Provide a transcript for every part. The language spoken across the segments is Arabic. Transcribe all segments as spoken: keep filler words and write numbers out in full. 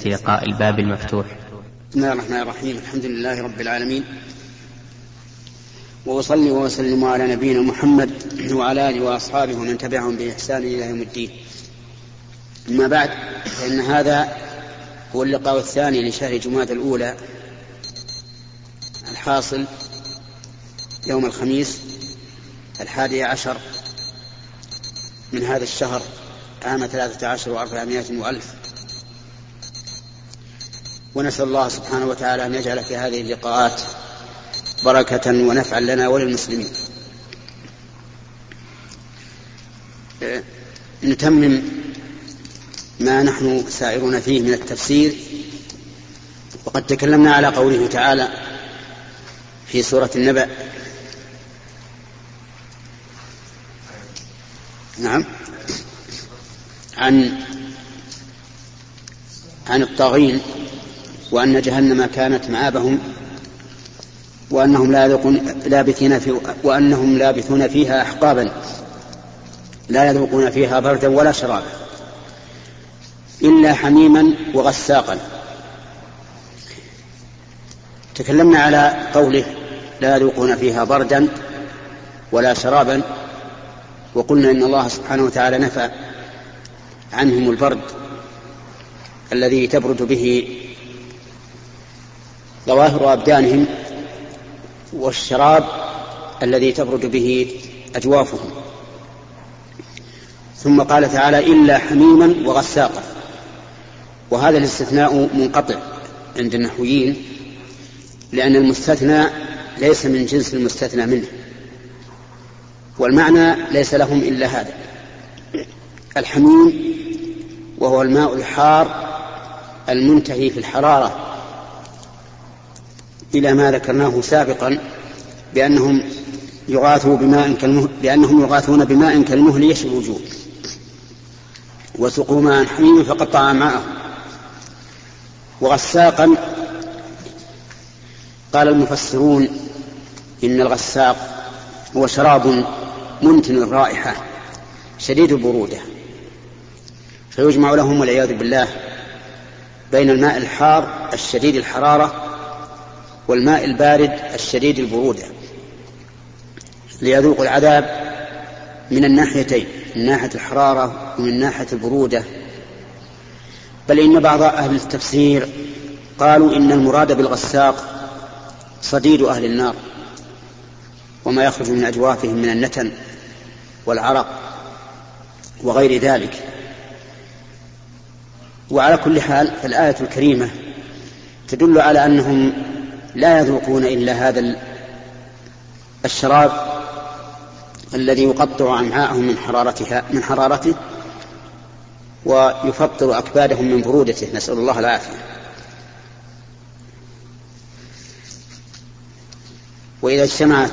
استيقاء الباب المفتوح. بسم الله الرحمن الرحيم. الحمد لله رب العالمين، وأصلي وأسلم على نبينا محمد وعلى آله وأصحابه ومن تبعهم بإحسان إلى يوم الدين. أما بعد، فإن هذا هو اللقاء الثاني لشهر جمادى الأولى الحاصل يوم الخميس الحادي عشر من هذا الشهر عام ثلاثة عشر وأربعمائة وألف. ونسأل الله سبحانه وتعالى أن يجعل في هذه اللقاءات بركة ونفعا لنا وللمسلمين. نتمم ما نحن سائرون فيه من التفسير، وقد تكلمنا على قوله تعالى في سورة النبأ نعم عن عن الطاغين، وأن جهنم كانت مآبهم، وأنهم لابثين في وأنهم لابثون فيها أحقابا لا يذوقون فيها بردا ولا شرابا إلا حميما وغساقا. تكلمنا على قوله لا يذوقون فيها بردا ولا شرابا، وقلنا إن الله سبحانه وتعالى نفى عنهم البرد الذي تبرد به ظواهر أبدانهم، والشراب الذي تبرد به أجوافهم. ثم قال تعالى إلا حميما وغساقا، وهذا الاستثناء منقطع عند النحويين، لأن المستثنى ليس من جنس المستثنى منه، والمعنى ليس لهم إلا هذا. الحميم وهو الماء الحار المنتهي في الحرارة إلى ما ذكرناه سابقا بأنهم يغاثوا بماء كالمهل لأنهم يغاثون بماء كالمهل يشوي الوجوه، وسقوا ماء حميما فقطع أمعاءهم. وغساقا قال المفسرون إن الغساق هو شراب منتن الرائحة شديد البرودة، فيجمع لهم والعياذ بالله بين الماء الحار الشديد الحرارة والماء البارد الشديد البرودة، ليذوقوا العذاب من الناحيتين، من ناحية الحرارة ومن ناحية البرودة. بل إن بعض أهل التفسير قالوا إن المراد بالغساق صديد أهل النار وما يخرج من أجوافهم من النتن والعرق وغير ذلك. وعلى كل حال فالآية الكريمة تدل على أنهم لا يذوقون إلا هذا الشراب الذي يقطع أمعاءهم من حرارتها من حرارته ويفطر أكبادهم من برودته، نسأل الله العافية. وإذا اجتمعت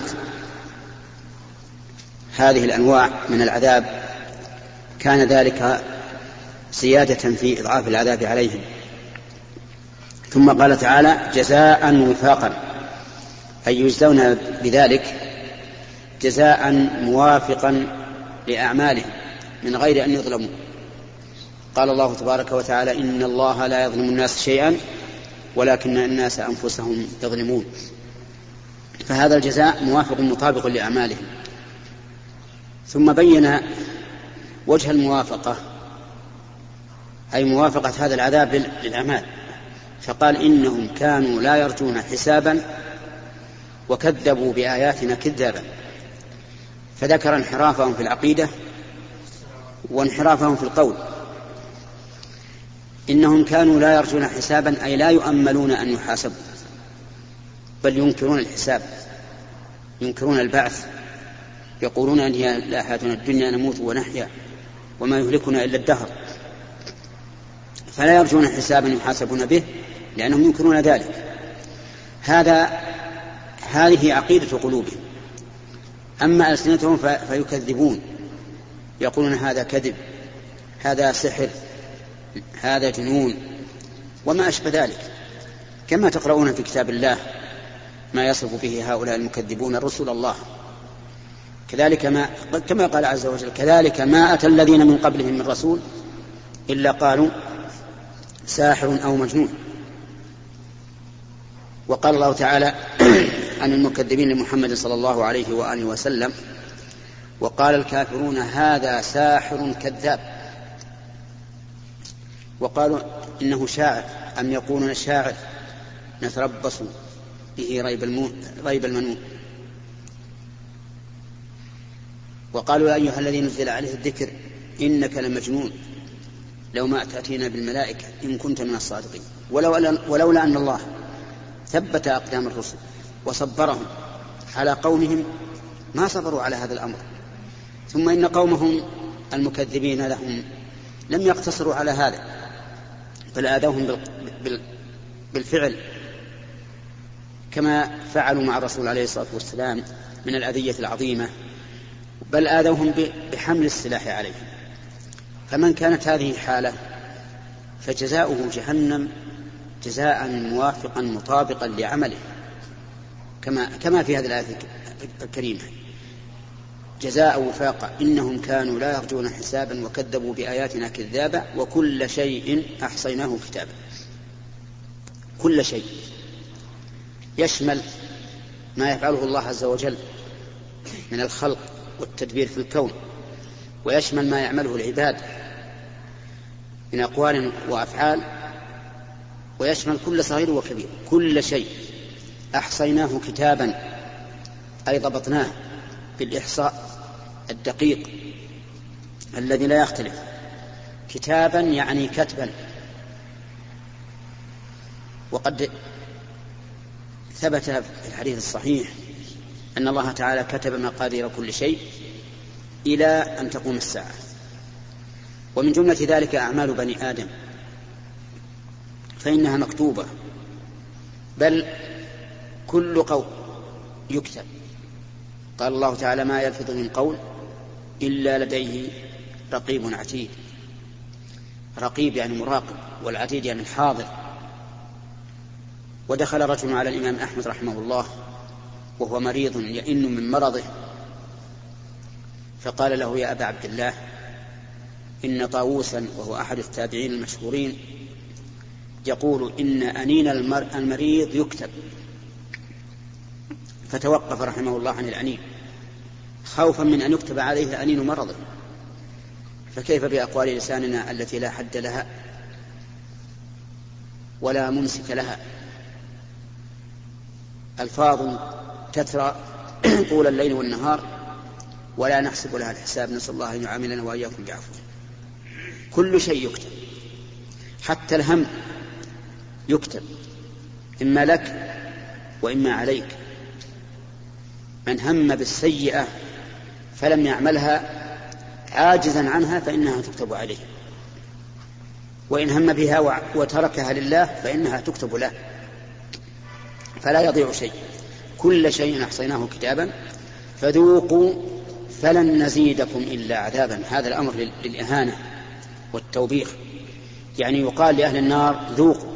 هذه الأنواع من العذاب كان ذلك زيادة في إضعاف العذاب عليهم. ثم قال تعالى جزاء وفاقا، أي يجزون بذلك جزاء موافقا لأعمالهم من غير أن يظلموا. قال الله تبارك وتعالى إن الله لا يظلم الناس شيئا ولكن الناس أنفسهم يظلمون، فهذا الجزاء موافق مطابق لأعمالهم. ثم بين وجه الموافقة، أي موافقة هذا العذاب للأعمال، فقال إنهم كانوا لا يرجون حسابا وكذبوا بآياتنا كذابا، فذكر انحرافهم في العقيدة وانحرافهم في القول. إنهم كانوا لا يرجون حسابا أي لا يؤملون أن يحاسبوا، بل ينكرون الحساب، ينكرون البعث، يقولون أن هي لا حياتنا الدنيا نموت ونحيا وما يهلكنا إلا الدهر، فلا يرجون حسابا يحاسبون به لأنهم ينكرون ذلك. هذا هذه عقيدة قلوبهم. أما ألسنتهم فيكذبون، يقولون هذا كذب، هذا سحر، هذا جنون وما أشبه ذلك، كما تقرؤون في كتاب الله ما يصف به هؤلاء المكذبون رسول الله. كذلك ما كما قال عز وجل كذلك ما أتى الذين من قبلهم من رسول إلا قالوا ساحر أو مجنون. وقال الله تعالى عن المكذبين لمحمد صلى الله عليه وآله وسلم: وقال الكافرون هذا ساحر كذاب. وقالوا إنه شاعر، أم يقولون شاعر نتربص به ريب, ريب المنون. وقالوا يا أيها الذي نزل عليه الذكر إنك لمجنون لو ما تأتينا بالملائكة إن كنت من الصادقين. ولولا أن الله ثبت أقدام الرسل وصبرهم على قومهم ما صبروا على هذا الأمر. ثم إن قومهم المكذبين لهم لم يقتصروا على هذا، بل آذوهم بالفعل كما فعلوا مع الرسول عليه الصلاة والسلام من الأذية العظيمة، بل آذوهم بحمل السلاح عليهم. فمن كانت هذه حالة فجزاؤه جهنم جزاء موافقا مطابقا لعمله، كما كما في هذه الآية الكريمة: جزاء وفاق إنهم كانوا لا يرجون حسابا وكذبوا بآياتنا كذابا وكل شيء أحصيناه كتابا. كل شيء يشمل ما يفعله الله عز وجل من الخلق والتدبير في الكون، ويشمل ما يعمله العباد من أقوال وأفعال، ويشمل كل صغير وكبير. كل شيء أحصيناه كتابا أي ضبطناه بالإحصاء الدقيق الذي لا يختلف. كتابا يعني كتبا. وقد ثبت في الحديث الصحيح أن الله تعالى كتب مقادير كل شيء إلى أن تقوم الساعة. ومن جملة ذلك أعمال بني آدم فإنها مكتوبة، بل كل قول يكتب. قال الله تعالى: ما يلفظ من قول إلا لديه رقيب عتيد. رقيب يعني مراقب، والعتيد يعني الحاضر. ودخل رجل على الإمام أحمد رحمه الله وهو مريض يئن من مرضه، فقال له: يا أبا عبد الله، إن طاووسا وهو أحد التابعين المشهورين يقول إن أنين المريض يكتب. فتوقف رحمه الله عن الأنين خوفا من أن يكتب عليه أنين مرضه، فكيف بأقوال لساننا التي لا حد لها ولا ممسك لها، ألفاظ تترى طول الليل والنهار ولا نحسب لها الحساب، نسأل الله أن يعاملنا وإياكم بعفوه. كل شيء يكتب، حتى الهم يكتب، إما لك وإما عليك. من هم بالسيئة فلم يعملها عاجزا عنها فإنها تكتب عليه، وإن هم بها وتركها لله فإنها تكتب له، فلا يضيع شيء. كل شيء أحصيناه كتابا فذوقوا فلن نزيدكم إلا عذابا. هذا الأمر للإهانة والتوبيخ، يعني يقال لأهل النار: ذوقوا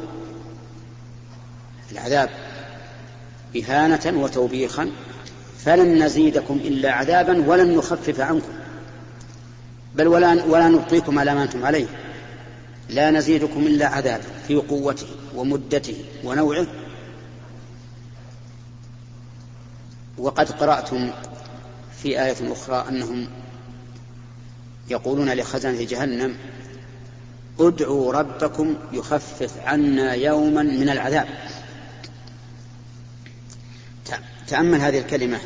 العذاب إهانة وتوبيخا، فلن نزيدكم إلا عذابا ولن نخفف عنكم، بل ولا, ولا نبقيكم على ما أنتم عليه. لا نزيدكم إلا عذابا في قوته ومدته ونوعه. وقد قرأتم في آية أخرى أنهم يقولون لخزنة جهنم: ادعوا ربكم يخفف عنا يوما من العذاب. تأمل هذه الكلمة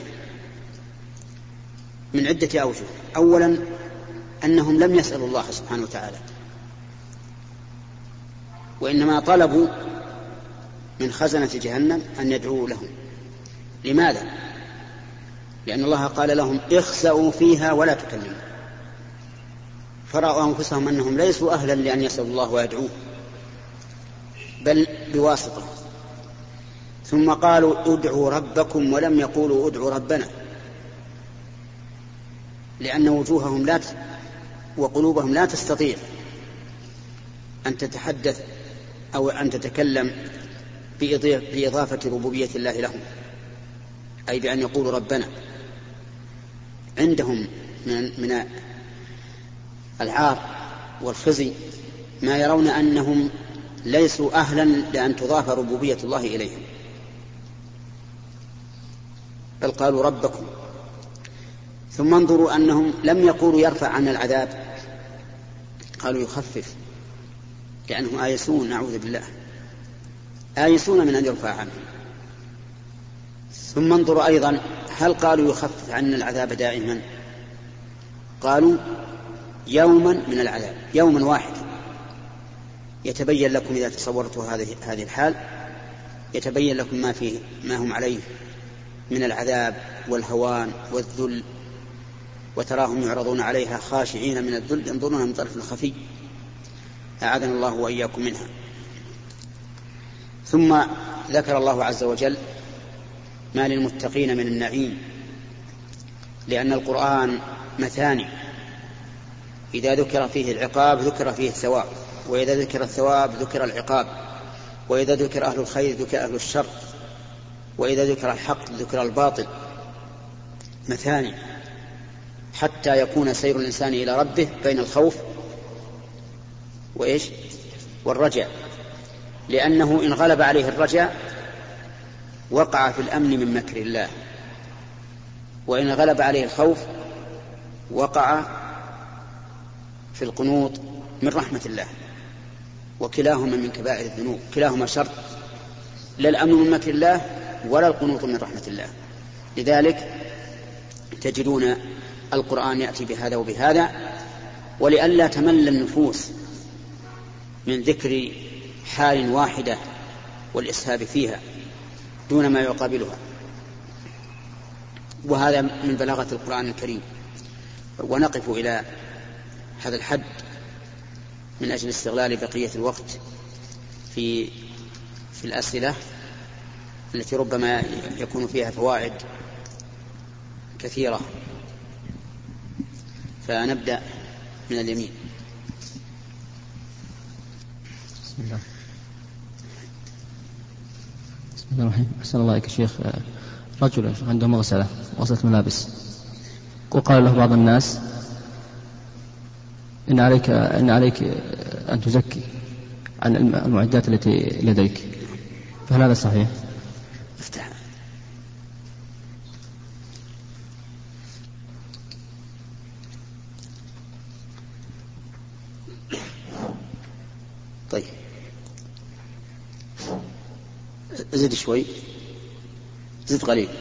من عدة أوجه. أولا أنهم لم يسألوا الله سبحانه وتعالى، وإنما طلبوا من خزنة جهنم أن يدعوا لهم. لماذا؟ لأن الله قال لهم: اخسأوا فيها ولا تكلموا. فرأوا أنفسهم أنهم ليسوا أهلا لأن يسألوا الله ويدعوه، بل بواسطة. ثم قالوا: ادعوا ربكم، ولم يقولوا ادعوا ربنا، لأن وجوههم لا وقلوبهم لا تستطيع أن تتحدث أو أن تتكلم بإضافة ربوبية الله لهم، أي بأن يقولوا ربنا. عندهم من العار والخزي ما يرون أنهم ليسوا أهلا لأن تضاف ربوبية الله إليهم، بل قالوا ربكم. ثم انظروا أنهم لم يقولوا يرفع عنا العذاب، قالوا يخفف، لأنهم آيسون، نعوذ بالله، آيسون من أن يرفع عنهم. ثم انظروا أيضا، هل قالوا يخفف عنا العذاب دائما؟ قالوا يوما من العذاب، يوما واحد. يتبين لكم إذا تصورتوا هذه هذه الحال، يتبين لكم ما فيه ما هم عليه من العذاب والهوان والذل، وتراهم يعرضون عليها خاشعين من الذل ينظرون من طرف خفي، أعاذنا الله وإياكم منها. ثم ذكر الله عز وجل ما للمتقين من النعيم، لأن القرآن مثاني، إذا ذكر فيه العقاب ذكر فيه الثواب، وإذا ذكر الثواب ذكر العقاب، وإذا ذكر أهل الخير ذكر أهل الشر، وإذا ذكر الحق ذكر الباطل، مثاني، حتى يكون سير الإنسان إلى ربه بين الخوف وإيش والرجاء، لأنه إن غلب عليه الرجاء وقع في الأمن من مكر الله، وإن غلب عليه الخوف وقع في القنوط من رحمة الله، وكلاهما من كبائر الذنوب، كلاهما شر، لا الأمن من مكر الله ولا القنوط من رحمة الله. لذلك تجدون القرآن يأتي بهذا وبهذا، ولئلا تمل النفوس من ذكر حال واحدة والإسهاب فيها دون ما يقابلها، وهذا من بلاغة القرآن الكريم. ونقف إلى هذا الحد من أجل استغلال بقية الوقت في في الأسئلة التي ربما يكون فيها فوائد كثيرة. فنبدأ من اليمين. بسم الله بسم الله الرحمن الرحيم. أحسن الله إليك يا شيخ. رجل عنده مغسلة غسلة ملابس، وقال له بعض الناس إن عليك إن عليك أن تزكي عن المعدات التي لديك، فهل هذا صحيح؟ افتح. طيب زد شوي، زد قليل.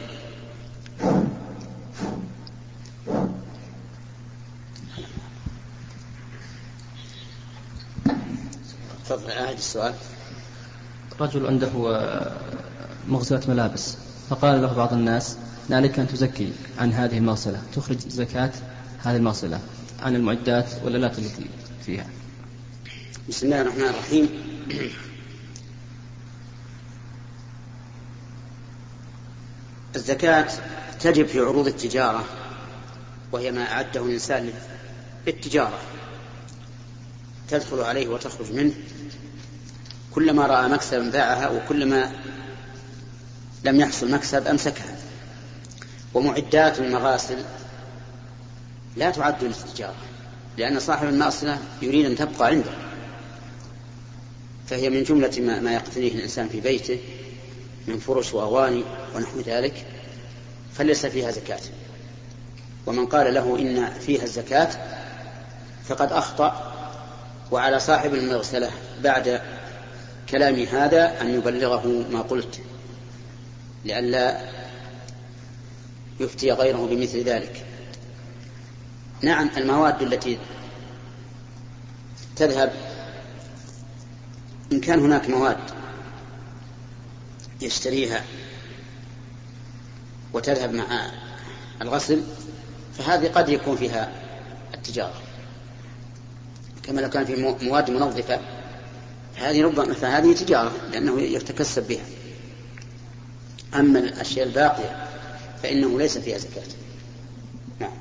تفضل أعد السؤال. رجل عنده مغسلة ملابس، فقال له بعض الناس إن عليك أن تزكي عن هذه المغسلة، تخرج زكاة هذه المغسلة عن المعدات والآلات التي فيها. بسم الله الرحمن الرحيم. الزكاة تجب في عروض التجارة، وهي ما أعده الإنسان للتجارة، تدخل عليه وتخرج منه، كلما رأى مكسبا باعها، وكلما لم يحصل مكسب أمسكها. ومعدات المغاسل لا تعد للتجارة، لأن صاحب المغسلة يريد أن تبقى عنده، فهي من جملة ما يقتنيه الإنسان في بيته من فرش وأواني ونحو ذلك، فليس فيها زكاة. ومن قال له إن فيها الزكاة فقد أخطأ، وعلى صاحب المغسلة بعد كلامي هذا أن يبلغه ما قلت، لئلا يفتي غيره بمثل ذلك. نعم، المواد التي تذهب، إن كان هناك مواد يشتريها وتذهب مع الغسل، فهذه قد يكون فيها التجارة، كما لو كان في مواد منظفة، هذه ربما فهذه تجارة لأنه يتكسب بها. أما الأشياء الباقية فإنه ليس فيها زكاة. نعم.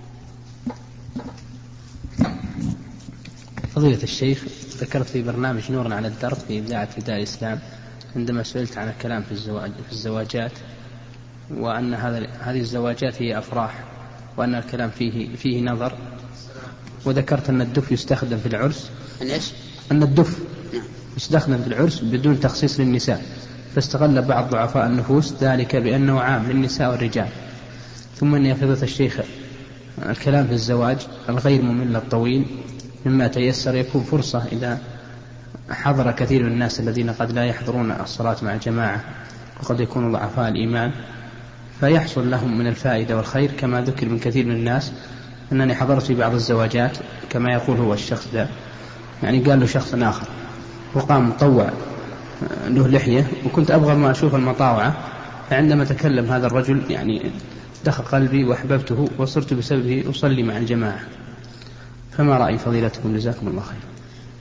فضيلة الشيخ، ذكرت في برنامج نور على الدرب في إذاعة فداء الإسلام عندما سئلت عن الكلام في الزواج في الزواجات، وأن هذا هذه الزواجات هي أفراح، وأن الكلام فيه فيه نظر، وذكرت أن الدف يستخدم في العرس. أن إيش؟ أن الدف يستخدم بالعرس بدون تخصيص للنساء، فاستغل بعض ضعفاء النفوس ذلك بأنه عام للنساء والرجال. ثم أن يا فضيلة الشيخ الكلام في الزواج الغير ممل الطويل مما تيسر يكون فرصة إذا حضر كثير من الناس الذين قد لا يحضرون الصلاة مع الجماعة وقد يكونوا ضعفاء الإيمان، فيحصل لهم من الفائدة والخير، كما ذكر من كثير من الناس أنني حضرت في بعض الزواجات كما يقول هو الشخص ده، يعني قال له شخص آخر وقام مطوع له لحية وكنت أبغى ما أشوف المطاوعة، فعندما تكلم هذا الرجل يعني دخل قلبي وأحببته وصرت بسببه أصلي مع الجماعة. فما رأي فضيلتكم جزاكم الله خير؟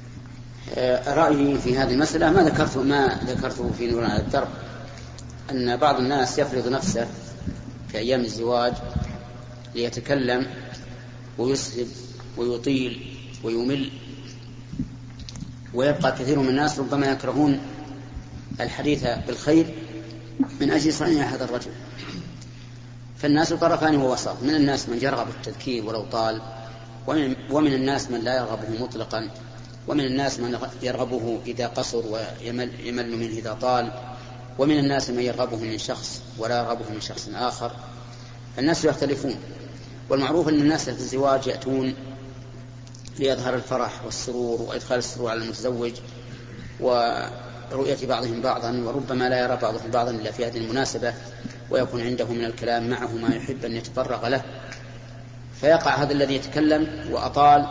رأيي في هذه المسألة ما ذكرته ما ذكرته في نور على الدرب، أن بعض الناس يفرض نفسه في أيام الزواج ليتكلم ويسهب ويطيل ويمل، ويبقى كثير من الناس ربما يكرهون الحديث بالخير من أجل صنيع هذا الرجل. فالناس طرفان ووسط، من الناس من يرغب التذكير ولو طال، ومن الناس من لا يرغبه مطلقا، ومن الناس من يرغبه إذا قصر ويمل منه إذا طال، ومن الناس من يرغبه من شخص ولا يرغبه من شخص آخر. الناس يختلفون، والمعروف أن الناس في الزواج يأتون ليظهر الفرح والسرور وإدخال السرور على المتزوج ورؤية بعضهم بعضا، وربما لا يرى بعضهم بعضا إلا في هذه المناسبة، ويكون عنده من الكلام معه ما يحب أن يتفرغ له، فيقع هذا الذي يتكلم وأطال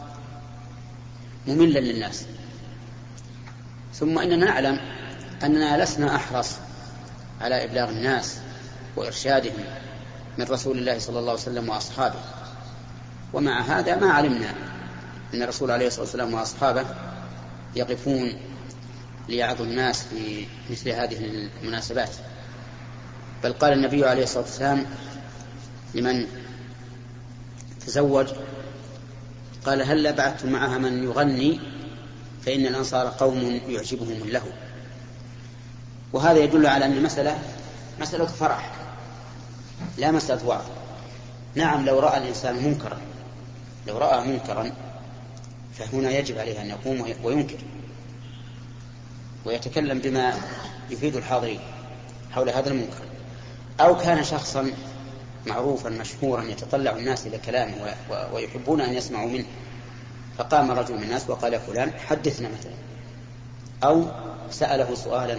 مملا للناس. ثم إننا نعلم أننا لسنا أحرص على إبلاغ الناس وإرشادهم من رسول الله صلى الله عليه وسلم وأصحابه، ومع هذا ما علمنا أن الرسول عليه الصلاة والسلام وأصحابه يقفون ليعظوا الناس في مثل هذه المناسبات. بل قال النبي عليه الصلاة والسلام لمن تزوج قال: هل بعثتم معها من يغني فإن الأنصار قوم يعجبهم له. وهذا يدل على أن المسألة مسألة فرح لا مسألة وعظ. نعم، لو رأى الإنسان منكرا لو رأى منكرا فهنا يجب عليه أن يقوم وينكر ويتكلم بما يفيد الحاضرين حول هذا المنكر. أو كان شخصا معروفا مشهورا يتطلع الناس إلى كلامه ويحبون أن يسمعوا منه، فقام رجل من الناس وقال: يا فلان حدثنا مثلا، أو سأله سؤالا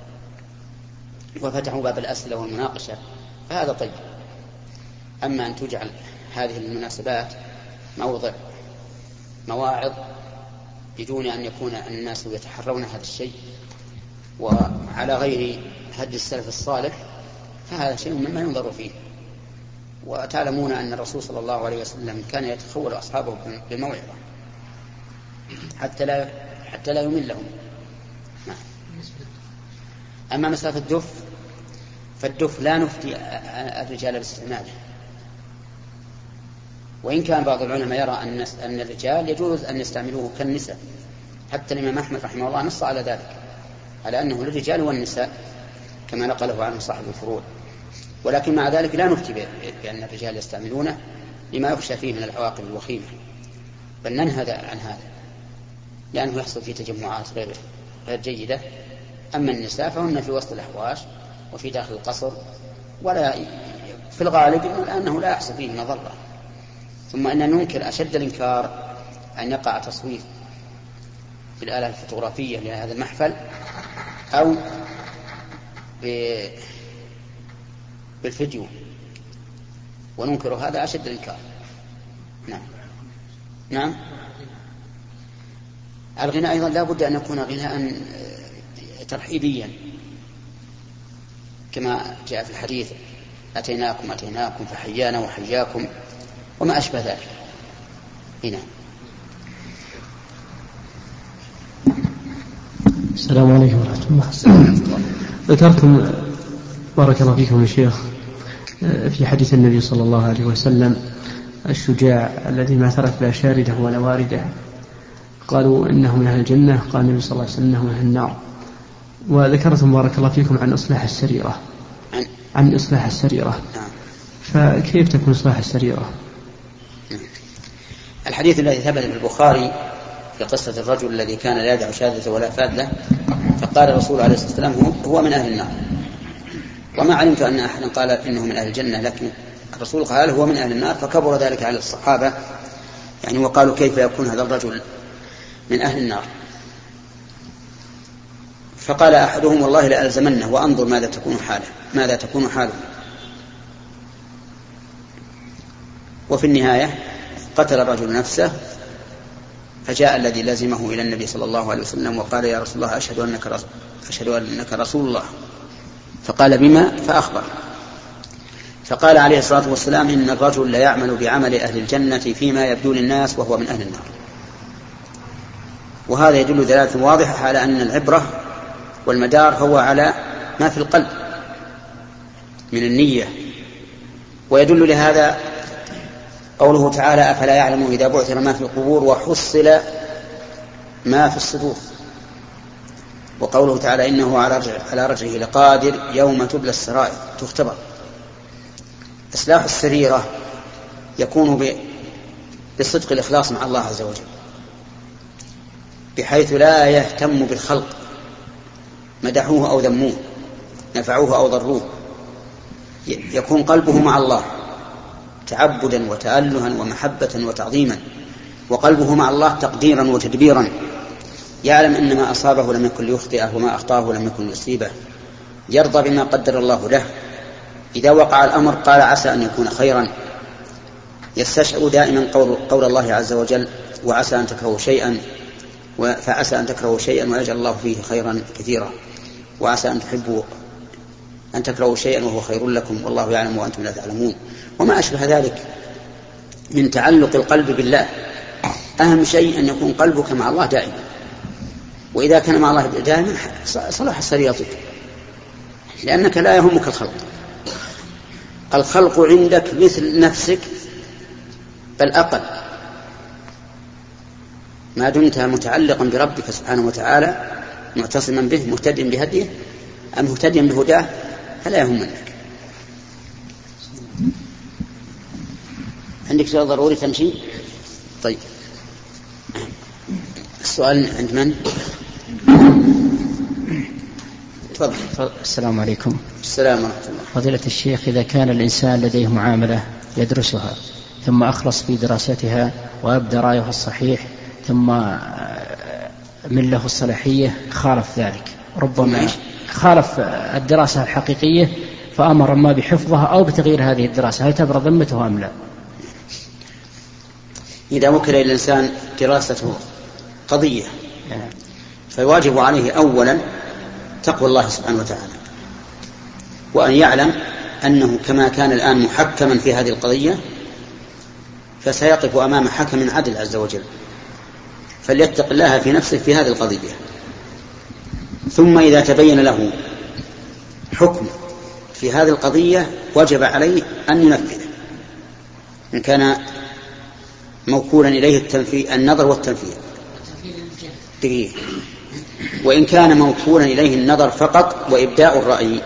وفتحوا باب الأسئلة والمناقشة، فهذا طيب. أما أن تجعل هذه المناسبات موضع مواعظ بدون أن يكون الناس يتحرون هذا الشيء وعلى غير هدي السلف الصالح، فهذا شيء مما ينظر فيه. وتعلمون أن الرسول صلى الله عليه وسلم كان يتخول أصحابه بالموعظة حتى لا حتى لا يمل لهم. أما مسألة الدف فالدف لا نفتي الرجال باستعماله، وإن كان بعض العلماء يرى أن أن الرجال يجوز أن يستعملوه كالنساء، حتى الإمام أحمد رحمه الله نص على ذلك، على أنه للرجال والنساء كما نقله عنه صاحب الفروع. ولكن مع ذلك لا نفتي بأن الرجال يستعملونه لما يخشى فيه من العواقب الوخيمة، بل ننهى عن هذا لأنه يحصل فيه تجمعات غير غير جيدة. أما النساء فهن في وسط الأحواش وفي داخل القصر، ولا في الغالب أنه لا يحصل فيه مضرة. ثم أن ننكر أشد الإنكار أن يقع تصوير بالآلة الفوتوغرافية لهذا المحفل أو بالفيديو، وننكر هذا أشد الإنكار. نعم نعم الغناء أيضا لا بد أن يكون غناء ترحيبيا كما جاء في الحديث: أتيناكم أتيناكم فحيانا وحياكم وما أشبه ذلك. هنا السلام عليكم ورحمة الله. ذكرتم بارك الله فيكم يا شيخ في حديث النبي صلى الله عليه وسلم الشجاع الذي ما ترك لا شارده ولا وارده، قالوا إنه من أهل الجنة، قال النبي صلى الله عليه وسلم إنه من أهل النار. وذكرتم بارك الله فيكم عن إصلاح السريرة عن إصلاح السريرة فكيف تكون إصلاح السريرة؟ الحديث الذي ثبت في البخاري في قصة الرجل الذي كان لا يدع شاذة ولا فاذة، فقال الرسول عليه الصلاة والسلام هو من أهل النار، وما علمت أن أحدا قال إنه من أهل الجنة، لكن الرسول قال هو من أهل النار، فكبر ذلك على الصحابة يعني، وقالوا كيف يكون هذا الرجل من أهل النار؟ فقال أحدهم والله لألزمنه وأنظر ماذا تكون حاله ماذا تكون حاله وفي النهاية قتل الرجل نفسه، فجاء الذي لزمه إلى النبي صلى الله عليه وسلم وقال يا رسول الله أشهد أنك رسول, أشهد أنك رسول الله، فقال بما؟ فأخبر. فقال عليه الصلاة والسلام إن الرجل لا يعمل بعمل أهل الجنة فيما يبدو للناس وهو من أهل النار. وهذا يدل دلالة واضحة على أن العبرة والمدار هو على ما في القلب من النية. ويدل لهذا قوله تعالى أفلا يعلم إذا بعثر ما في القبور وحصل ما في الصدور، وقوله تعالى إنه على رجعه لقادر يوم تبلى السرائر تختبر. إصلاح السريرة يكون بصدق الإخلاص مع الله عز وجل، بحيث لا يهتم بالخلق مدحوه أو ذموه نفعوه أو ضروه، يكون قلبه مع الله تعبدا وتألها ومحبة وتعظيما، وقلبه مع الله تقديرا وتدبيرا، يعلم أن ما أصابه لم يكن ليخطئه وما أخطاه لم يكن ليصيبه، يرضى بما قدر الله له، إذا وقع الأمر قال عسى أن يكون خيرا، يستشعر دائما قول, قول الله عز وجل وعسى أن تكرهوا شيئا فعسى أن تكرهوا شيئا ويجعل الله فيه خيرا كثيرا، وعسى أن تحبوا أن تكرهوا شيئا وهو خير لكم والله يعلم وأنتم لا تعلمون، وما أشبه ذلك من تعلق القلب بالله. أهم شيء أن يكون قلبك مع الله دائما، وإذا كان مع الله دائما صلح سريرتك، لأنك لا يهمك الخلق. الخلق عندك مثل نفسك بل أقل، ما دمت متعلقا بربك سبحانه وتعالى معتصما به مهتديا بهديه أم مهتديا بهداه فلا يهمك. عندك سؤال ضروري تمشي؟ طيب السؤال عند من؟ تفضل. السلام عليكم. السلام ورحمة الله. فضيلة الشيخ، إذا كان الإنسان لديه معاملة يدرسها ثم أخلص في دراستها وأبدى رأيه الصحيح ثم من له الصلاحية خالف ذلك، ربما خالف الدراسة الحقيقية فأمر ما بحفظها أو بتغيير هذه الدراسة، هل تبرأ ذمته أم لا؟ إذا وكل الإنسان دراسته قضية فالواجب عليه أولا تقوى الله سبحانه وتعالى، وأن يعلم أنه كما كان الآن محكما في هذه القضية فسيقف أمام حكم عدل عز وجل، فليتق الله في نفسه في هذه القضية. ثم إذا تبين له حكم في هذه القضية وجب عليه أن ينفذه، إن كان موكولا إليه التنفيذ النظر والتنفيذ، وإن كان موكولا إليه النظر فقط وإبداء الرأي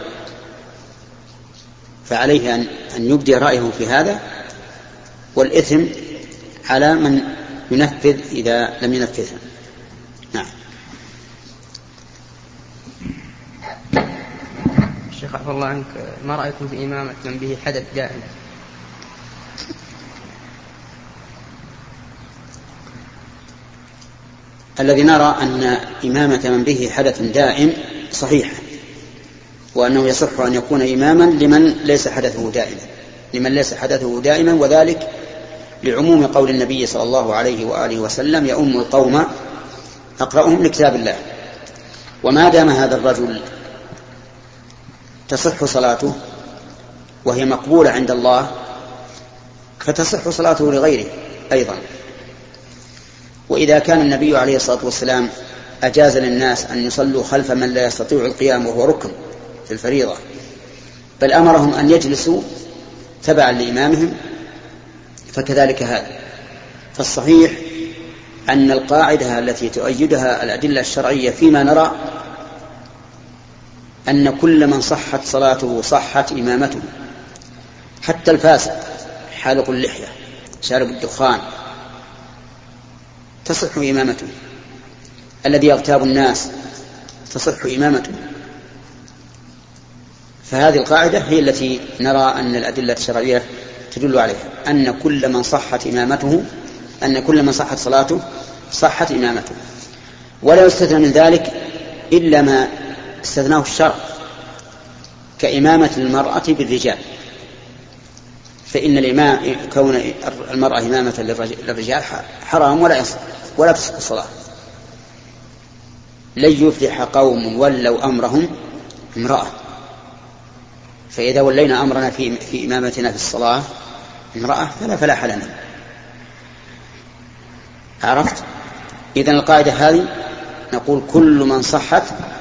فعليه أن يبدي رأيه في هذا، والإثم على من ينفذ إذا لم ينفذها. نعم. الشيخ عفو الله عنك، ما رأيكم في إمامة من به حدث دائم؟ الذي نرى أن إمامة من به حدث دائم صحيح، وأنه يصح أن يكون إماما لمن ليس حدثه دائما لمن ليس حدثه دائما وذلك لعموم قول النبي صلى الله عليه وآله وسلم يؤم القوم أقرأهم لكتاب الله. وما دام هذا الرجل تصح صلاته وهي مقبولة عند الله فتصح صلاته لغيره أيضا. وإذا كان النبي عليه الصلاة والسلام أجاز للناس أن يصلوا خلف من لا يستطيع القيام وهو ركن في الفريضة، بل أمرهم أن يجلسوا تبعا لإمامهم، فكذلك هذا. فالصحيح أن القاعدة التي تؤيدها الأدلة الشرعية فيما نرى أن كل من صحت صلاته صحت إمامته، حتى الفاسق حالق اللحية شارب الدخان تصح إمامته، الذي يغتاب الناس تصح إمامته. فهذه القاعدة هي التي نرى أن الأدلة الشرعية تدل عليها، أن كل من صحت إمامته أن كل من صحت صلاته صحت إمامته، ولا يستثنى من ذلك إلا ما استثناه الشرع كإمامة المرأة بالرجال، فإن الإمام كون المرأة إمامة للرجال حرام ولا يصح ولا تصح الصلاة. لن يفلح قوم ولوا أمرهم امرأة، فإذا ولينا أمرنا في, في إمامتنا في الصلاة امرأة فلا فلاح لنا. عرفت؟ إذن القاعدة هذه نقول كل من صحت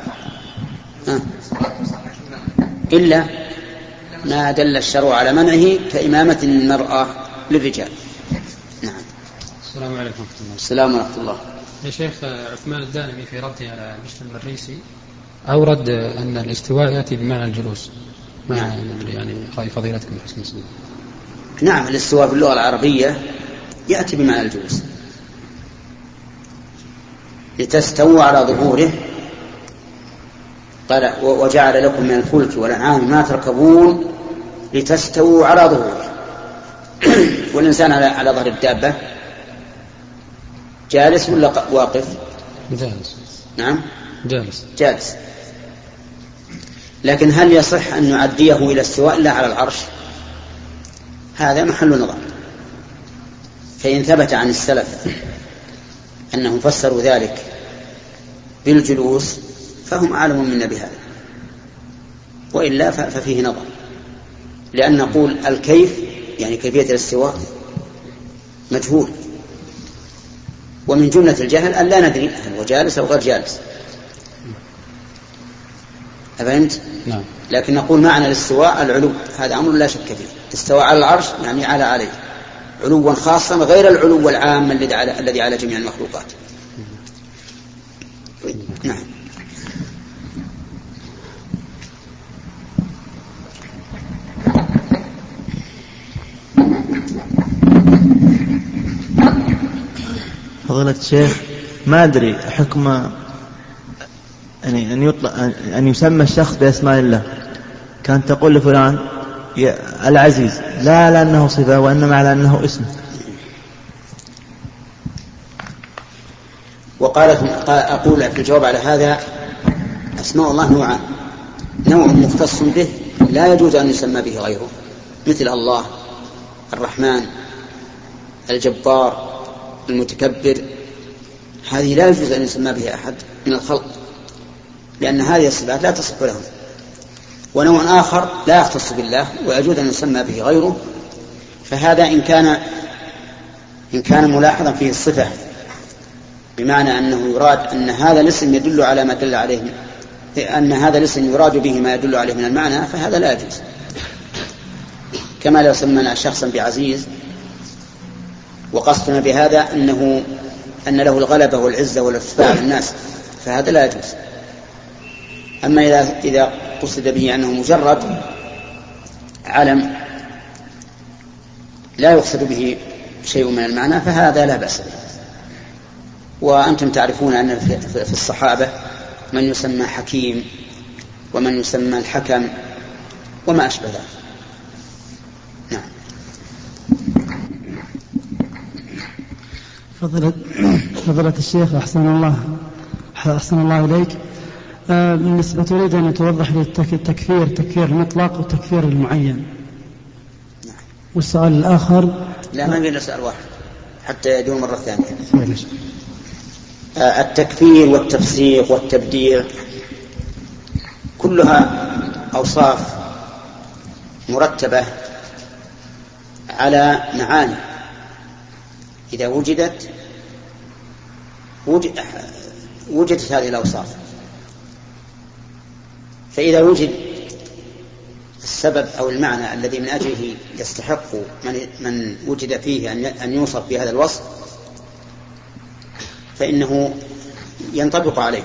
إلا ما دل الشرع على منعه كإمامة المرأة للرجال. نعم. السلام عليكم ورحمة الله. السلام ورحمة الله. يا شيخ، عثمان الدانمي في رده على بشر المريسي أورد أن الاستواء يأتي بمعنى الجلوس، مع يعني رأي فضيلتكم حسن السنة. نعم، الاستواء باللغة العربية يأتي بمعنى الجلوس، لتستووا على ظهوره. قال وجعل لكم من الفلك والأنعام ما تركبون لتستووا على ظهوره. والإنسان على, على ظهر الدابة جالس ولا واقف؟ جالس. نعم جالس جالس. لكن هل يصح أن نعديه إلى السواء لا على العرش؟ هذا محل نظر. فإن ثبت عن السلف أنهم فسروا ذلك بالجلوس فهم أعلم منا بهذا، وإلا ففيه نظر، لأن نقول الكيف يعني كيفية الاستواء مجهول، ومن جملة الجهل أن لا ندري هل هو جالس أو غير جالس. أفهمت؟ نعم. لكن نقول معنى الاستواء العلو، هذا أمر لا شك فيه. استوى على العرش يعني على عليه علوا خاصا غير العلو العام الذي على الذي على جميع المخلوقات. نعم. فضيلة الشيخ، ما أدري حكم يعني أن يطلق أن يسمى الشخص بأسماء الله، كانت تقول لفلان العزيز لا لأنه صفة وإنما على أنه اسم. وقالت أقول في الجواب على هذا أسماء الله نوعان: نوع مختص به لا يجوز أن يسمى به غيره، مثل الله، الرحمن، الجبار، المتكبر، هذه لا يجوز أن يسمى به أحد من الخلق، لأن هذه الصفات لا تصح لهم. ونوع آخر لا يختص بالله ويجوز أن يسمى به غيره، فهذا إن كان إن كان ملاحظا فيه الصفة، بمعنى أنه يراد أن هذا الاسم يدل على ما دل عليه، أن هذا الاسم يراد به ما يدل عليه من المعنى، فهذا لا يجوز. كما لو سمنا شخصا بعزيز وقصدنا بهذا أنه أن له الغلبة والعزة والارتفاع على الناس، فهذا لا يجوز. أما إذا إذا قصد به أنه مجرد علم لا يقصد به شيء من المعنى، فهذا لا بأس به. وأنتم تعرفون أن في الصحابة من يسمى حكيم ومن يسمى الحكم وما أشبه ذلك. نعم. فضلة فضلة الشيخ أحسن الله أحسن الله إليك. آه بالنسبة تريد أن يتوضح لي التكفير تكفير المطلق والتكفير المعين. نعم. والسؤال الآخر لا ما بين سؤال واحد حتى يدوم مرة ثانية. آه التكفير والتفسيق والتبديع كلها أوصاف مرتبة على معاني، إذا وجدت وجد وجدت هذه الأوصاف. فإذا وجد السبب أو المعنى الذي من أجله يستحق من, من وجد فيه أن يوصف بهذا الوصف، فإنه ينطبق عليه.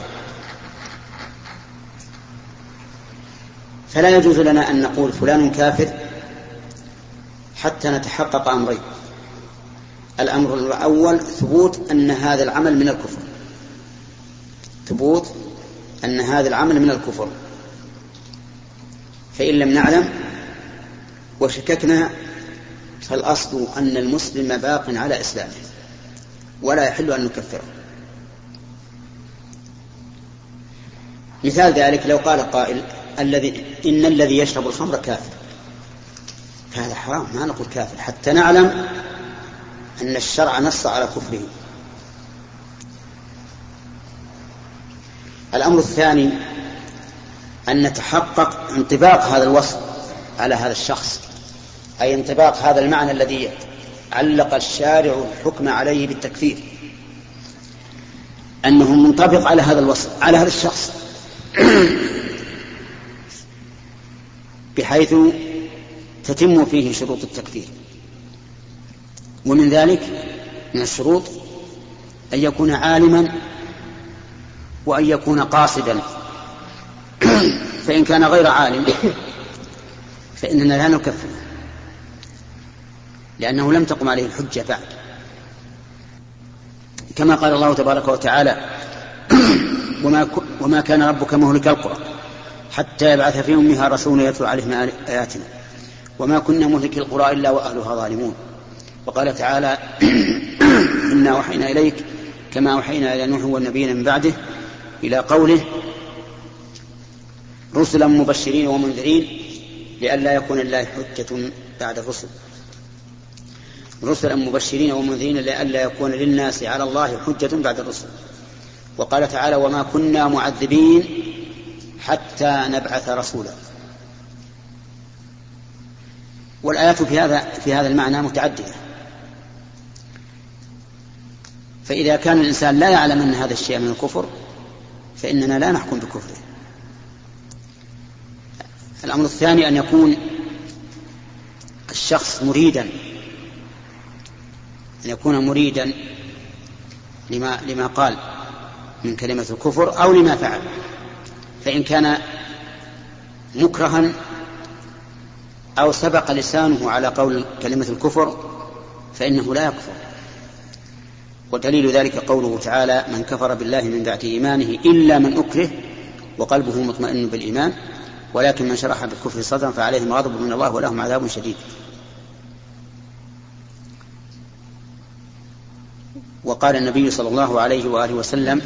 فلا يجوز لنا أن نقول فلان كافر حتى نتحقق أمرين: الأمر الأول ثبوت أن هذا العمل من الكفر، ثبوت أن هذا العمل من الكفر. فإن لم نعلم وشككنا فالأصل أن المسلم باق على إسلامه ولا يحل أن نكفره. مثال ذلك لو قال قائل الذي إن الذي يشرب الخمر كافر، فهذا حرام، ما نقول كافر حتى نعلم أن الشرع نص على كفره. الأمر الثاني أن نتحقق انطباق هذا الوصف على هذا الشخص، أي انطباق هذا المعنى الذي علق الشارع الحكم عليه بالتكفير، أنه منطبق على هذا الوصف على هذا الشخص بحيث تتم فيه شروط التكفير. ومن ذلك من الشروط أن يكون عالما وأن يكون قاصدا. فإن كان غير عالم فإننا لا نكفر لأنه لم تقم عليه الحجة بعد، كما قال الله تبارك وتعالى وما, وما كان ربك مهلك القرى حتى يبعث في أمها رسولا يتلو عليهم آياتنا وما كنا مهلك القرى إلا وأهلها ظالمون. وقال تعالى إنا وحينا إليك كما وحينا إلى نوح والنبيين من بعده إلى قوله رسلا مبشرين ومنذرين لئلا يكون لله حجة بعد الرسل، رسلا مبشرين ومنذرين لئلا يكون للناس على الله حجة بعد الرسل. وقال تعالى وما كنا معذبين حتى نبعث رسولا. والآيات في هذا في هذا المعنى متعددة. فإذا كان الإنسان لا يعلم أن هذا الشيء من الكفر فإننا لا نحكم بكفره. الأمر الثاني أن يكون الشخص مريدا، أن يكون مريدا لما, لما قال من كلمة الكفر أو لما فعل. فإن كان مكرها أو سبق لسانه على قول كلمة الكفر فإنه لا يكفر. ودليل ذلك قوله تعالى من كفر بالله من بعد إيمانه إلا من أكره وقلبه مطمئن بالإيمان ولكن من شرح بالكفر صدرا فعليهم غضب من الله ولهم عذاب شديد. وقال النبي صلى الله عليه وآله وسلم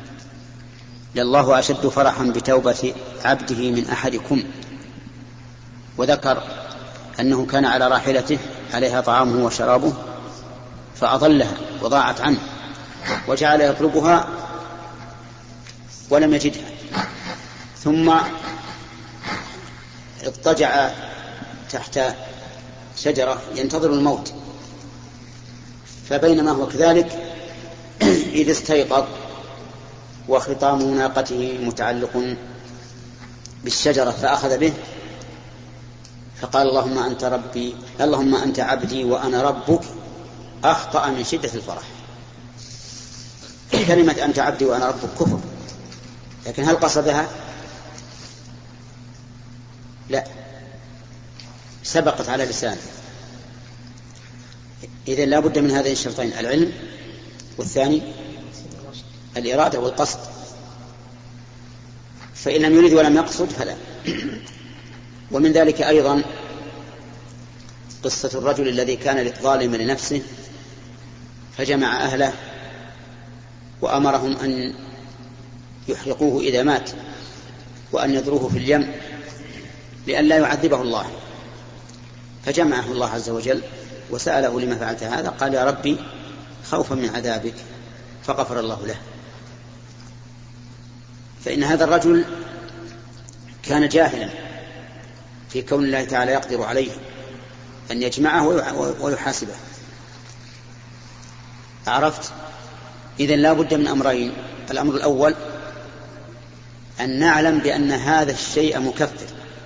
لله أشد فرحا بتوبة عبده من أحدكم. وذكر أنه كان على راحلته عليها طعامه وشرابه فأضلها وضاعت عنه وجعل يطلبها ولم يجدها، ثم اضطجع تحت شجرة ينتظر الموت، فبينما هو كذلك إذ استيقظ وخطام ناقته متعلق بالشجرة فأخذ به فقال اللهم أنت ربي اللهم أنت عبدي وأنا ربك. أخطأ من شدة الفرح. كلمة أنت عبدي وأنا ربك كفر، لكن هل قصدها؟ لا، سبقت على لسانه. إذن لا بد من هذين الشرطين العلم والثاني الإرادة والقصد. فإن لم يريد ولم يقصد فلا. ومن ذلك أيضا قصة الرجل الذي كان ظالما لنفسه فجمع أهله وأمرهم أن يحرقوه إذا مات وأن يذروه في اليم لئلا يعذبه الله. فجمعه الله عز وجل وسأله لما فعلت هذا؟ قال يا ربي خوفا من عذابك، فغفر الله له. فإن هذا الرجل كان جاهلا في كون الله تعالى يقدر عليه أن يجمعه ويحاسبه. عرفت؟ إذن لا بد من أمرين. الأمر الأول أن نعلم بأن هذا الشيء مكفر.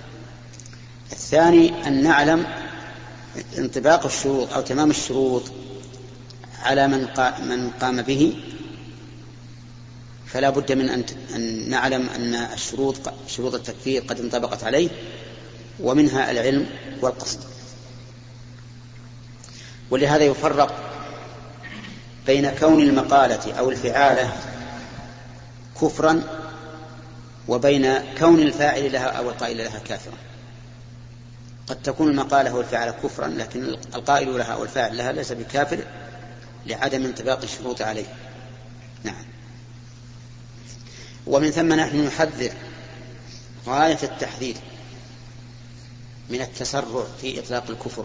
الثاني أن نعلم انطباق الشروط أو تمام الشروط على من من قام به. فلا بد من أن نعلم أن الشروط شروط التكفير قد انطبقت عليه، ومنها العلم والقصد. ولهذا يفرق بين كون المقالة أو الفعالة كفرا وبين كون الفاعل لها أو القائل لها كافرا. قد تكون المقالة والفعالة كفرا لكن القائل لها أو الفاعل لها ليس بكافر لعدم انطباق الشروط عليه. نعم. ومن ثم نحن نحذر غاية التحذير من التسرع في إطلاق الكفر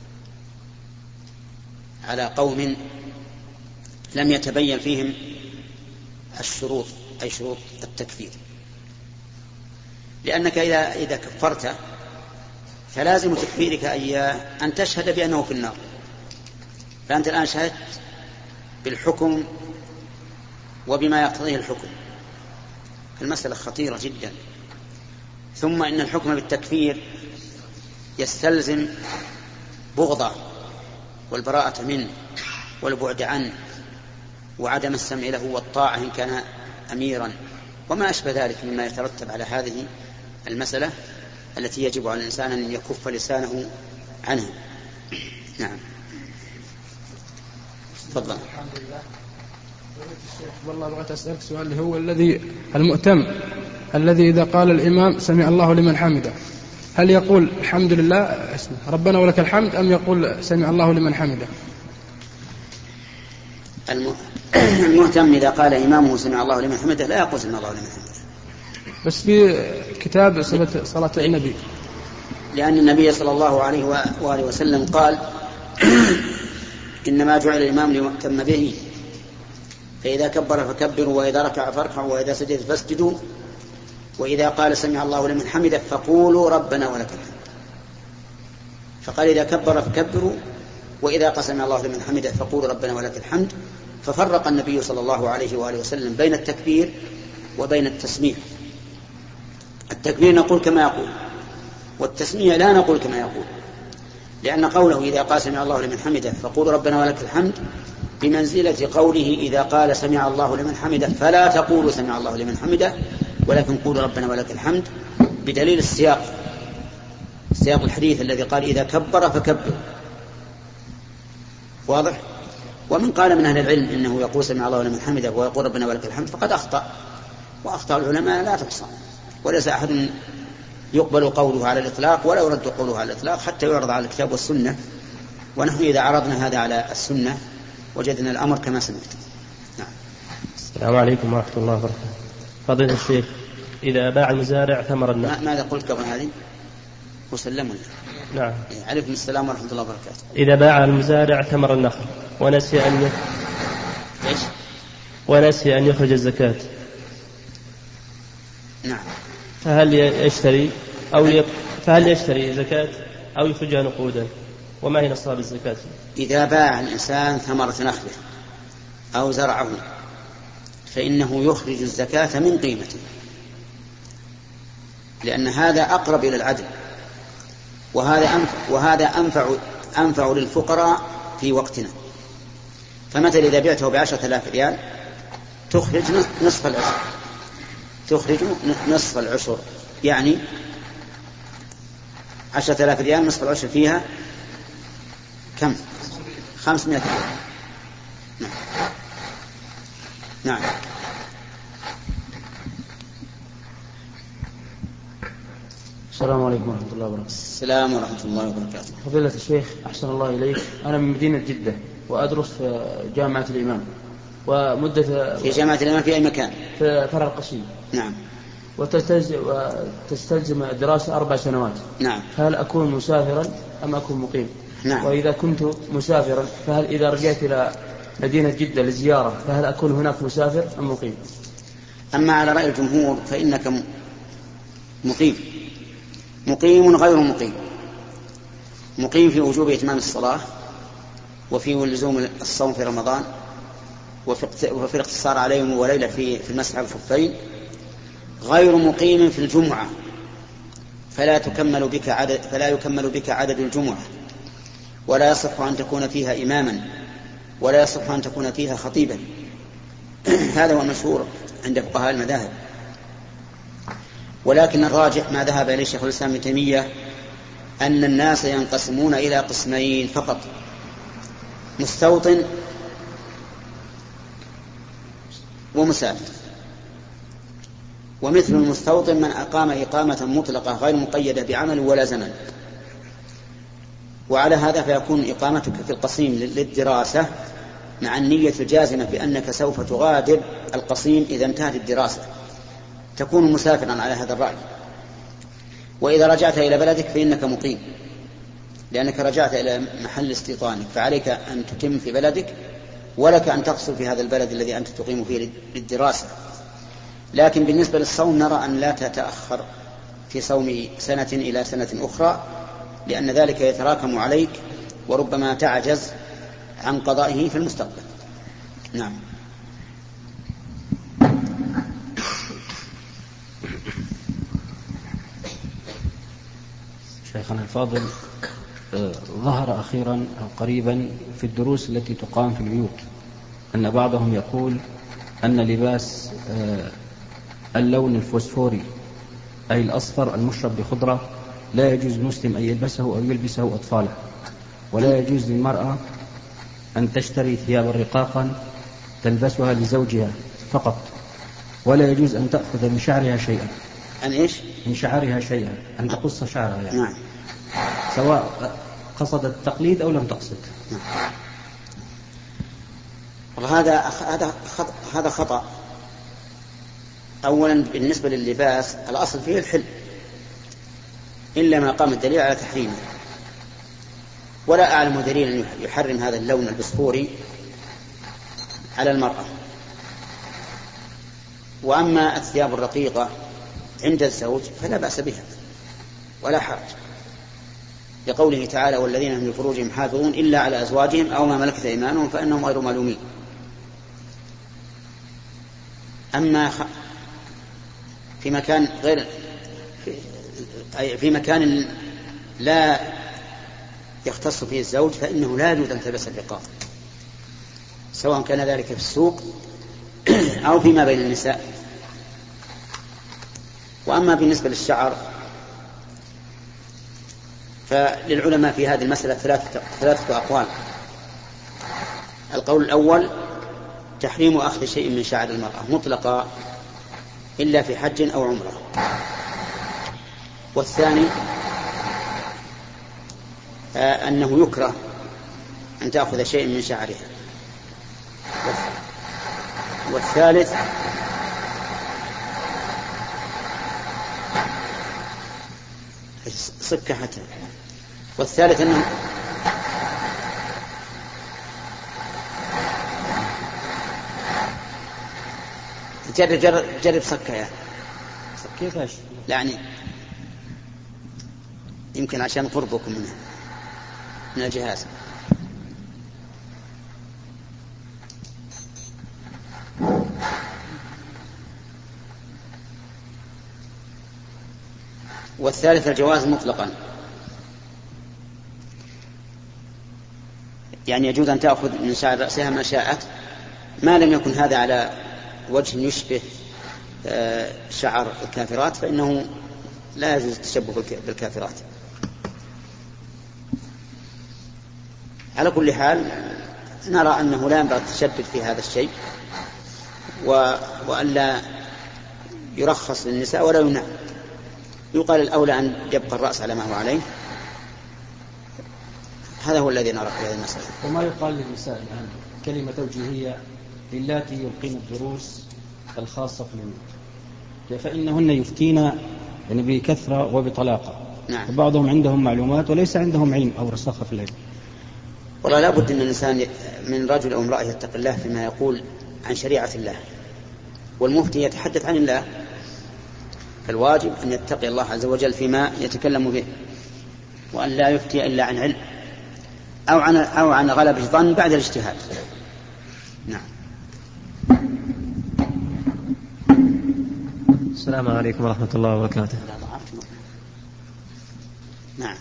على قوم لم يتبين فيهم الشروط أي شروط التكفير، لأنك إذا إذا كفرت فلازم تكفيرك إياه أن تشهد بأنه في النار، فأنت الآن شهدت بالحكم وبما يقتضيه الحكم. المسألة خطيرة جدا. ثم إن الحكم بالتكفير يستلزم بغضه والبراءة منه والبعد عنه وعدم السمع له والطاعة إن كان أميرا وما أشبه ذلك مما يترتب على هذه المسألة التي يجب على الإنسان أن يكف لسانه عنها. نعم. تفضل. والله بغيت أسألك سؤال اللي هو الذي المؤتم الذي إذا قال الإمام سمع الله لمن حمده هل يقول الحمد لله اسمه ربنا ولك الحمد أم يقول سمع الله لمن حمده؟ المهتم إذا قال إمامه سمع الله لمن حمده لا يقول سمع الله لمن حمده، بس في كتاب صلاة النبي، لأن النبي صلى الله عليه وآله وسلم قال إنما جعل الإمام ليؤتم به، فإذا كبر فكبروا وإذا ركع فاركعوا وإذا سجد فاسجدوا وإذا قال سمع الله لمن حمده فقولوا ربنا ولك الحمد. فقال إذا كبر فكبروا وإذا قال سمع الله لمن حمده فقولوا ربنا ولك الحمد. ففرق النبي صلى الله عليه وآله وسلم بين التكبير وبين التسميع. التكبير نقول كما يقول والتسميع لا نقول كما يقول، لأن قوله إذا قال سمع الله لمن حمده فقولوا ربنا ولك الحمد بمنزلة قوله إذا قال سمع الله لمن حمده فلا تقولوا سمع الله لمن حمده ولكن قولوا ربنا ولك الحمد، بدليل السياق سياق الحديث الذي قال إذا كبر فكبر. واضح؟ ومن قال من أهل العلم إنه يقول سمع الله لمن حمده ويقول ربنا ولك الحمد فقد أخطأ، وأخطأ العلماء لا تحصى، وليس أحد يقبل قوله على الإطلاق ولا يرد قوله على الإطلاق حتى يعرض على الكتاب والسنة. ونحن إذا عرضنا هذا على السنة وجدنا الأمر كما سمعت. نعم. السلام عليكم ورحمة الله وبركاته. فضيلة الشيخ إذا باع المزارع ثمر النخل. ماذا قلت قبل هذه؟ وسلموا. نعم. عليكم السلام ورحمة الله وبركاته. إذا باع المزارع ثمر النخل ونسي أن ي... إيش؟ ونسي أن يخرج الزكاة. نعم. فهل يشتري أو ي... فهل يشتري زكاة أو يخرجها نقودا؟ وما هي نصاب الزكاة؟ إذا باع الإنسان ثمرة نخله أو زرعه فإنه يخرج الزكاة من قيمته، لأن هذا أقرب إلى العدل، وهذا أنفع, وهذا أنفع, أنفع للفقراء في وقتنا. فمثل إذا بعته بعشرة آلاف ريال تخرج نصف العشر، تخرج نصف العشر يعني عشرة آلاف ريال نصف العشر فيها كم؟ خمسمائة ريال. نعم. نعم. السلام عليكم ورحمة الله وبركاته. السلام ورحمة الله وبركاته. فضيلة الشيخ أحسن الله إليك، أنا من مدينة جدة وأدرس في جامعة الإمام ومدة في جامعة الإمام في أي مكان؟ في فرع القصيم. نعم. وتستلزم الدراسة أربع سنوات. نعم. فهل أكون مسافرا أم أكون مقيم؟ نعم. وإذا كنت مسافرا فهل إذا رجعت إلى مدينة جدة لزيارة فهل أكون هناك مسافر أم مقيم؟ أما على رأي الجمهور فإنك مقيم، مقيم غير مقيم، مقيم في وجوب إتمام الصلاة وفي لزوم الصوم في رمضان وفي الاقتصار على يوم وليلة في في المسح على الخفين، غير مقيم في الجمعة فلا تكمل بك عدد فلا يكمل بك عدد الجمعة، ولا يصح أن تكون فيها إماما، ولا يصح أن تكون فيها خطيبا. هذا هو المشهور عند فقهاء المذاهب. ولكن الراجح ما ذهب إليه شيخ الإسلام ابن تيمية أن الناس ينقسمون إلى قسمين فقط: مستوطن ومسافر. ومثل المستوطن من أقام إقامة مطلقة غير مقيدة بعمل ولا زمن. وعلى هذا فيكون إقامتك في القصيم للدراسة مع النية الجازمة بأنك سوف تغادر القصيم إذا انتهت الدراسة، تكون مسافرا على هذا الرأي. وإذا رجعت إلى بلدك فإنك مقيم، لأنك رجعت إلى محل استيطانك، فعليك أن تتم في بلدك، ولك أن تقصر في هذا البلد الذي أنت تقيم فيه للدراسة. لكن بالنسبة للصوم نرى أن لا تتأخر في صوم سنة إلى سنة أخرى، لأن ذلك يتراكم عليك وربما تعجز عن قضائه في المستقبل. نعم. شيخنا الفاضل، ظهر أخيرا أو قريبا في الدروس التي تقام في البيوت أن بعضهم يقول أن لباس اللون الفوسفوري أي الأصفر المشرب بخضرة لا يجوز للمسلم أن يلبسه أو يلبسه أطفاله، ولا يجوز للمرأة أن تشتري ثيابا رقاقا تلبسها لزوجها فقط، ولا يجوز أن تأخذ من شعرها شيئا. أن إيش؟ من شعرها شيئا، أن تقص شعرها يعني. نعم. سواء قصدت التقليد أو لم تقصد. نعم. هذا هذا خطأ هذا خطأ. أولا بالنسبة لللباس الأصل فيه الحل، إلا ما قام الدليل على تحريمه، ولا أعلم دليل يحرم هذا اللون البسفوري على المرأة. وأما الثياب الرقيقة عند الزوج فلا بأس بها ولا حرج، لقوله تعالى: والذين هم لفروجهم حافظون إلا على أزواجهم أو ما ملكت أيمانهم فإنهم غير ملومين. أما في مكان غير في مكان لا يختص فيه الزوج فإنه لا يجوز أن تلبس الرقاق، سواء كان ذلك في السوق أو فيما بين النساء. وأما بالنسبة للشعر فللعلماء في هذه المسألة ثلاثة, ثلاثة أقوال. القول الأول تحريم أخذ شيء من شعر المرأة مطلقا إلا في حج أو عمرة. والثاني أنه يكره أن تأخذ شيء من شعرها. والثالث صكة حتى والثالث أنه جرب جرب, جرب صكة يعني. كيف ايش؟ يعني يمكن عشان قربكم منه من الجهاز. والثالث الجواز مطلقا، يعني يجوز أن تأخذ من شعر رأسها ما شاءت ما لم يكن هذا على وجه يشبه شعر الكافرات، فإنه لا يجوز التشبه بالكافرات. على كل حال نرى أنه لا ينبغي التشدد في هذا الشيء، وألا يرخص للنساء ولا يمنع. يقال الأولى أن يبقى الرأس على ما هو عليه. هذا هو الذي نرى في هذه المسألة. وما يقال للنساء الآن كلمة توجيهية للاتي يلقين الدروس الخاصة في البيوت، فإنهن يفتين يعني بكثرة وبطلاقة. نعم. وبعضهم عندهم معلومات وليس عندهم علم أو رساخة في العلم. والله لا بد أن الإنسان من رجل أو امرأة يتقي الله فيما يقول عن شريعة الله، والمفتي يتحدث عن الله، فالواجب أن يتقي الله عز وجل فيما يتكلم به، وأن لا يفتي إلا عن علم أو عن أو عن غلبة ظن بعد الاجتهاد. نعم. السلام عليكم ورحمة الله وبركاته. نعم.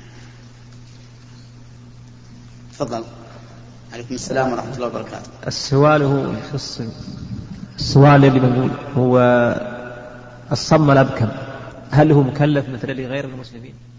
تفضل. عليكم السلام ورحمة الله وبركاته. السؤال هو يخص السؤال اللي بنقول هو الصم الأبكم، هل هو مكلف مثل لغير المسلمين؟